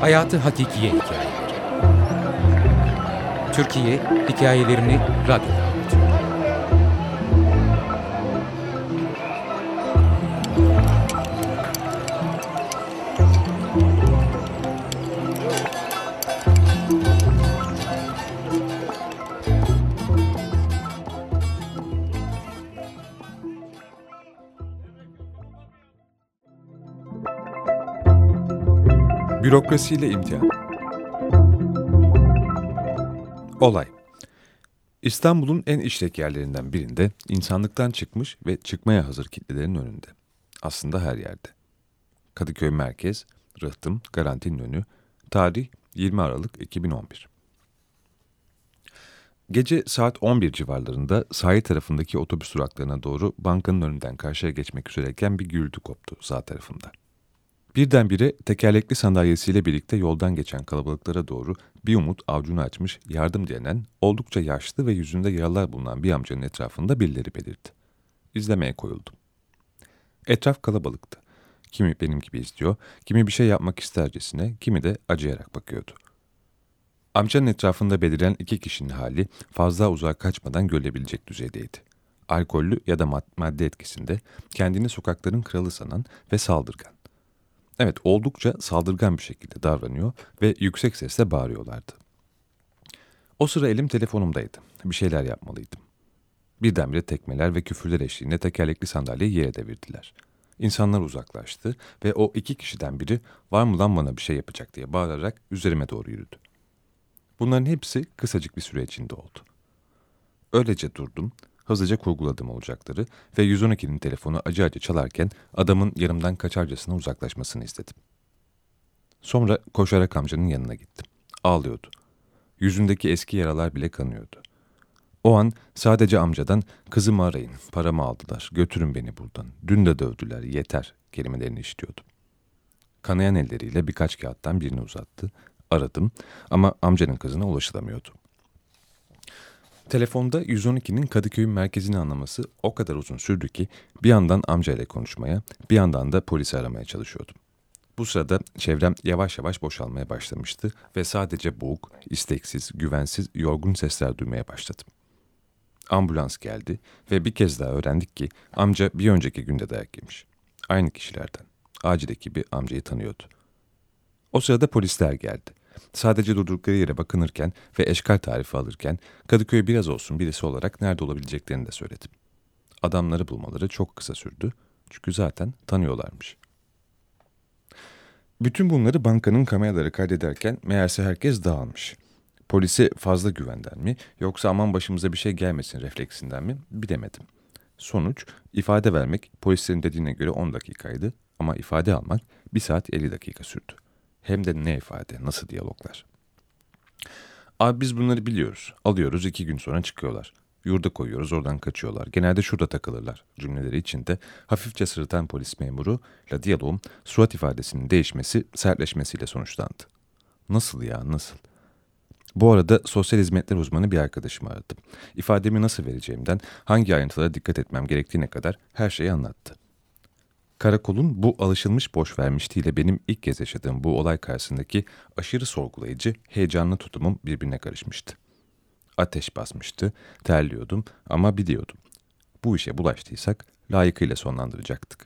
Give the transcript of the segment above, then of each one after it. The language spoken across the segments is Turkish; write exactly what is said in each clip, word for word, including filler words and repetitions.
Hayatı hakikiye hikayeleri. Türkiye hikayelerini radyoda anlatıyor. Bürokrasiyle imtihan. Olay. İstanbul'un en işlek yerlerinden birinde insanlıktan çıkmış ve çıkmaya hazır kitlelerin önünde. Aslında her yerde. Kadıköy Merkez, Rıhtım, Garanti'nin önü, tarih yirmi Aralık iki bin on bir. Gece saat on bir civarlarında sahil tarafındaki otobüs duraklarına doğru bankanın önünden karşıya geçmek üzereyken bir gürültü koptu sağ tarafında. Birdenbire tekerlekli sandalyesiyle birlikte yoldan geçen kalabalıklara doğru bir umut avcunu açmış, yardım dilenen, oldukça yaşlı ve yüzünde yaralar bulunan bir amcanın etrafında birileri belirdi. İzlemeye koyuldum. Etraf kalabalıktı. Kimi benim gibi izliyor, kimi bir şey yapmak istercesine, kimi de acıyarak bakıyordu. Amcanın etrafında beliren iki kişinin hali fazla uzağa kaçmadan görülebilecek düzeydeydi. Alkollü ya da madde etkisinde, kendini sokakların kralı sanan ve saldırgan. Evet, oldukça saldırgan bir şekilde davranıyor ve yüksek sesle bağırıyorlardı. O sıra elim telefonumdaydı. Bir şeyler yapmalıydım. Birdenbire tekmeler ve küfürler eşliğinde tekerlekli sandalyeyi yere devirdiler. İnsanlar uzaklaştı ve o iki kişiden biri "Var mı lan bana bir şey yapacak?" diye bağırarak üzerime doğru yürüdü. Bunların hepsi kısacık bir süre içinde oldu. Öylece durdum, hızlıca kurguladım olacakları ve yüz on ikinin telefonu acı acı çalarken adamın yanımdan kaçarcasına uzaklaşmasını istedim. Sonra koşarak amcanın yanına gittim. Ağlıyordu. Yüzündeki eski yaralar bile kanıyordu. O an sadece amcadan "Kızımı arayın, paramı aldılar, götürün beni buradan, dün de dövdüler, yeter" kelimelerini işitiyordum. Kanayan elleriyle birkaç kağıttan birini uzattı. Aradım ama amcanın kızına ulaşılamıyordu. Telefonda yüz on ikinin Kadıköy'ün merkezini anlaması o kadar uzun sürdü ki bir yandan amcayla konuşmaya, bir yandan da polisi aramaya çalışıyordum. Bu sırada çevrem yavaş yavaş boşalmaya başlamıştı ve sadece boğuk, isteksiz, güvensiz, yorgun sesler duymaya başladım. Ambulans geldi ve bir kez daha öğrendik ki amca bir önceki günde dayak yemiş. Aynı kişilerden. Acil ekibi amcayı tanıyordu. O sırada polisler geldi. Sadece durdukları yere bakınırken ve eşkal tarifi alırken Kadıköy biraz olsun birisi olarak nerede olabileceklerini de söyledim. Adamları bulmaları çok kısa sürdü çünkü zaten tanıyorlarmış. Bütün bunları bankanın kameraları kaydederken meğerse herkes dağılmış. Polise fazla güvenden mi yoksa aman başımıza bir şey gelmesin refleksinden mi bilemedim. Sonuç, ifade vermek polislerin dediğine göre on dakikaydı ama ifade almak bir saat elli dakika sürdü. Hem de ne ifade, nasıl diyaloglar. Abi biz bunları biliyoruz. Alıyoruz, iki gün sonra çıkıyorlar. Yurda koyuyoruz, oradan kaçıyorlar. Genelde şurada takılırlar cümleleri içinde hafifçe sırıtan polis memuruyla diyaloğum surat ifadesinin değişmesi, sertleşmesiyle sonuçlandı. Nasıl ya, nasıl? Bu arada sosyal hizmetler uzmanı bir arkadaşımı aradım. İfademi nasıl vereceğimden, hangi ayrıntılara dikkat etmem gerektiğine kadar her şeyi anlattı. Karakolun bu alışılmış boş vermişliğiyle benim ilk kez yaşadığım bu olay karşısındaki aşırı sorgulayıcı, heyecanlı tutumum birbirine karışmıştı. Ateş basmıştı, terliyordum ama biliyordum. Bu işe bulaştıysak layıkıyla sonlandıracaktık.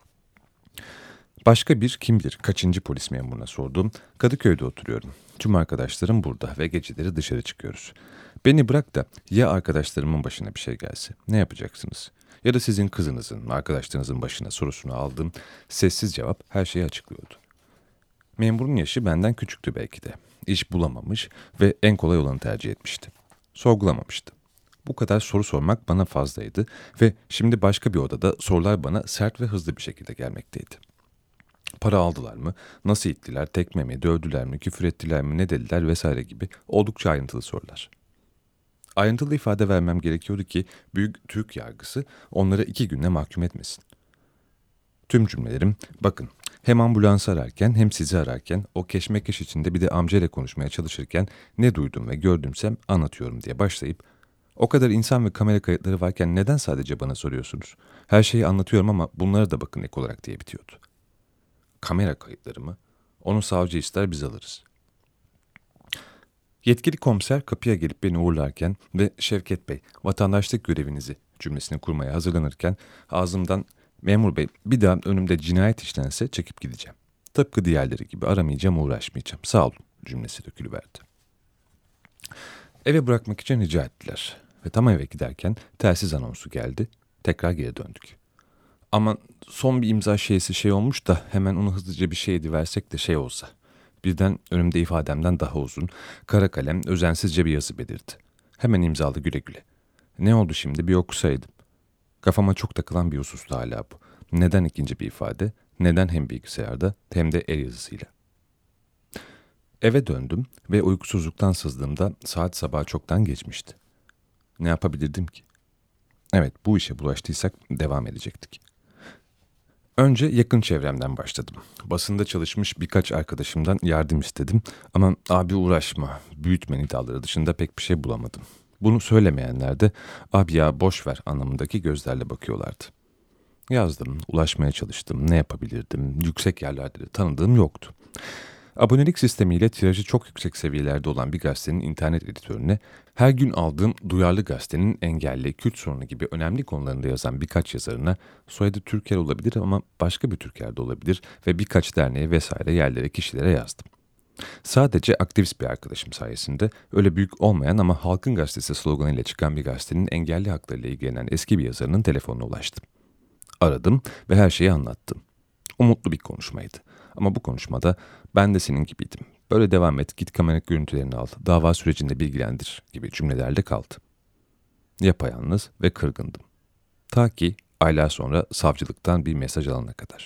Başka bir kim bilir kaçıncı polis memuruna sordum. Kadıköy'de oturuyorum. Tüm arkadaşlarım burada ve geceleri dışarı çıkıyoruz. Beni bırak da ya arkadaşlarımın başına bir şey gelse ne yapacaksınız? Ya da sizin kızınızın, arkadaşlarınızın başına sorusunu aldığım sessiz cevap her şeyi açıklıyordu. Memurun yaşı benden küçüktü belki de. İş bulamamış ve en kolay olanı tercih etmişti. Sorgulamamıştı. Bu kadar soru sormak bana fazlaydı ve şimdi başka bir odada sorular bana sert ve hızlı bir şekilde gelmekteydi. Para aldılar mı, nasıl ittiler, tekme mi, dövdüler mi, küfür ettiler mi, ne dediler vesaire gibi oldukça ayrıntılı sorular. Ayrıntılı ifade vermem gerekiyordu ki büyük Türk yargısı onları iki günle mahkum etmesin. Tüm cümlelerim, bakın hem ambulansı ararken hem sizi ararken o keşmekeş içinde bir de amcayla konuşmaya çalışırken ne duydum ve gördümsem anlatıyorum diye başlayıp o kadar insan ve kamera kayıtları varken neden sadece bana soruyorsunuz? Her şeyi anlatıyorum ama bunlara da bakın ek olarak diye bitiyordu. Kamera kayıtları mı? Onu savcı ister biz alırız. Yetkili komiser kapıya gelip beni uğurlarken ve Şevket Bey vatandaşlık görevinizi cümlesini kurmaya hazırlanırken ağzımdan memur bey bir daha önümde cinayet işlense çekip gideceğim. Tıpkı diğerleri gibi aramayacağım uğraşmayacağım sağ olun cümlesi dökülüverdi. Eve bırakmak için rica ettiler ve tam eve giderken telsiz anonsu geldi tekrar geri döndük. Ama son bir imza şeysi şey olmuş da hemen onu hızlıca bir şey ediversek de şey olsa. Birden önümde ifademden daha uzun, kara kalem, özensizce bir yazı belirdi. Hemen imzalı güle güle. Ne oldu şimdi bir okusaydım. Kafama çok takılan bir husustu hala bu. Neden ikinci bir ifade, neden hem bilgisayarda hem de el yazısıyla. Eve döndüm ve uykusuzluktan sızdığımda saat sabah çoktan geçmişti. Ne yapabilirdim ki? Evet bu işe bulaştıysak devam edecektik. Önce yakın çevremden başladım. Basında çalışmış birkaç arkadaşımdan yardım istedim ama abi uğraşma, büyütme nidaları dışında pek bir şey bulamadım. Bunu söylemeyenler de abi ya boş ver anlamındaki gözlerle bakıyorlardı. Yazdım, ulaşmaya çalıştım, ne yapabilirdim, yüksek yerlerde de tanıdığım yoktu. Abonelik sistemiyle tirajı çok yüksek seviyelerde olan bir gazetenin internet editörüne, her gün aldığım Duyarlı Gazete'nin engelli, Kürt sorunu gibi önemli konularında yazan birkaç yazarına, soyadı Türker olabilir ama başka bir Türker de olabilir ve birkaç derneğe vesaire yerlere, kişilere yazdım. Sadece aktivist bir arkadaşım sayesinde öyle büyük olmayan ama Halkın Gazetesi sloganıyla çıkan bir gazetenin engelli haklarıyla ilgilenen eski bir yazarının telefonuna ulaştım. Aradım ve her şeyi anlattım. Umutlu bir konuşmaydı. Ama bu konuşmada ben de senin gibiydim. Böyle devam et, git kamera görüntülerini al, dava sürecinde bilgilendir gibi cümlelerle kaldı. Yapayalnız ve kırgındım. Ta ki aylar sonra savcılıktan bir mesaj alana kadar.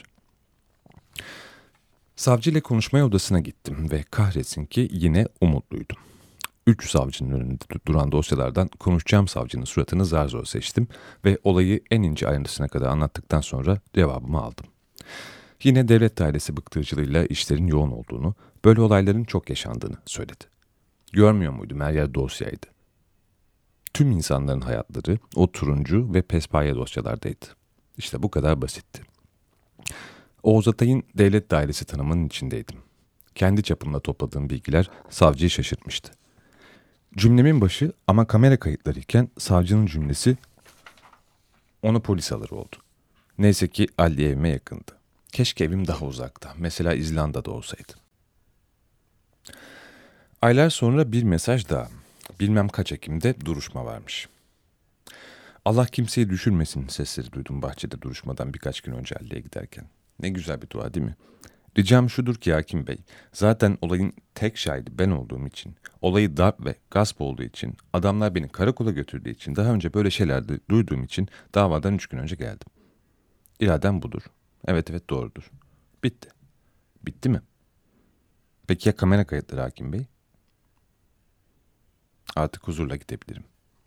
Savcıyla konuşmaya odasına gittim ve kahretsin ki yine umutluydum. Üç savcının önünde duran dosyalardan konuşacağım savcının suratını zar zor seçtim ve olayı en ince ayrıntısına kadar anlattıktan sonra cevabımı aldım. Yine devlet dairesi bıktırıcılığıyla işlerin yoğun olduğunu, böyle olayların çok yaşandığını söyledi. Görmüyor muydum her yer dosyaydı. Tüm insanların hayatları o turuncu ve pespaye dosyalardaydı. İşte bu kadar basitti. Oğuz Atay'ın devlet dairesi tanımının içindeydim. Kendi çapımda topladığım bilgiler savcıyı şaşırtmıştı. Cümlemin başı ama kamera kayıtları iken savcının cümlesi onu polis alır oldu. Neyse ki adliye evime yakındı. Keşke evim daha uzakta, mesela İzlanda'da olsaydı. Aylar sonra bir mesaj daha. Bilmem kaç Ekim'de duruşma varmış. Allah kimseyi düşürmesin sesleri duydum bahçede duruşmadan birkaç gün önce adliyeye giderken. Ne güzel bir dua değil mi? Ricam şudur ki hakim bey, zaten olayın tek şahidi ben olduğum için, olayı darp ve gasp olduğu için, adamlar beni karakola götürdüğü için, daha önce böyle şeyler de duyduğum için davadan üç gün önce geldim. İradem budur. Evet evet doğrudur. Bitti. Bitti mi? Peki ya kamera kayıtları hakim bey? Artık huzurla gidebilirim.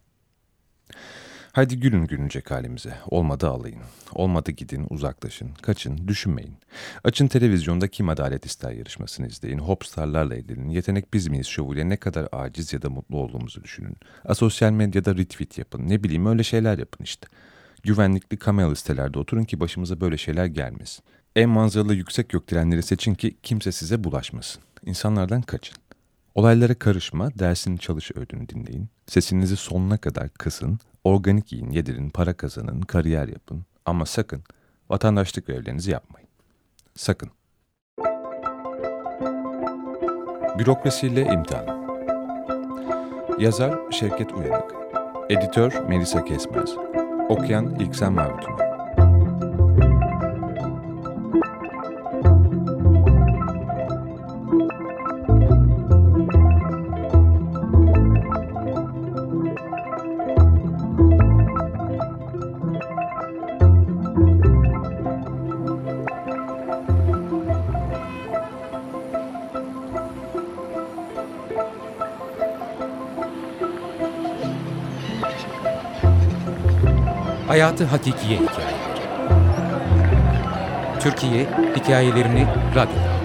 Haydi gülün gülünecek halimize. Olmadı ağlayın. Olmadı gidin, uzaklaşın, kaçın, düşünmeyin. Açın televizyonda Kim Adalet İster yarışmasını izleyin. Hopstarlarla edinin. Yetenek Biz Miyiz şovuyla ne kadar aciz ya da mutlu olduğumuzu düşünün. Asosyal medyada retweet yapın. Ne bileyim öyle şeyler yapın işte. Güvenlikli kameralı sitelerde oturun ki başımıza böyle şeyler gelmesin. En manzaralı yüksek gökdelenleri seçin ki kimse size bulaşmasın. İnsanlardan kaçın. Olaylara karışma, dersini çalış öğüdünü dinleyin. Sesinizi sonuna kadar kısın, organik yiyin, yedirin, para kazanın, kariyer yapın. Ama sakın vatandaşlık görevlerinizi yapmayın. Sakın. Bürokrasiyle imtihan. Yazar Şevket Uyanık. Editör Melisa Kesmez. Okuyan İlksen Mavutun. Hayatı Hakikiye Hikayeleri. Türkiye hikayelerini radyoda.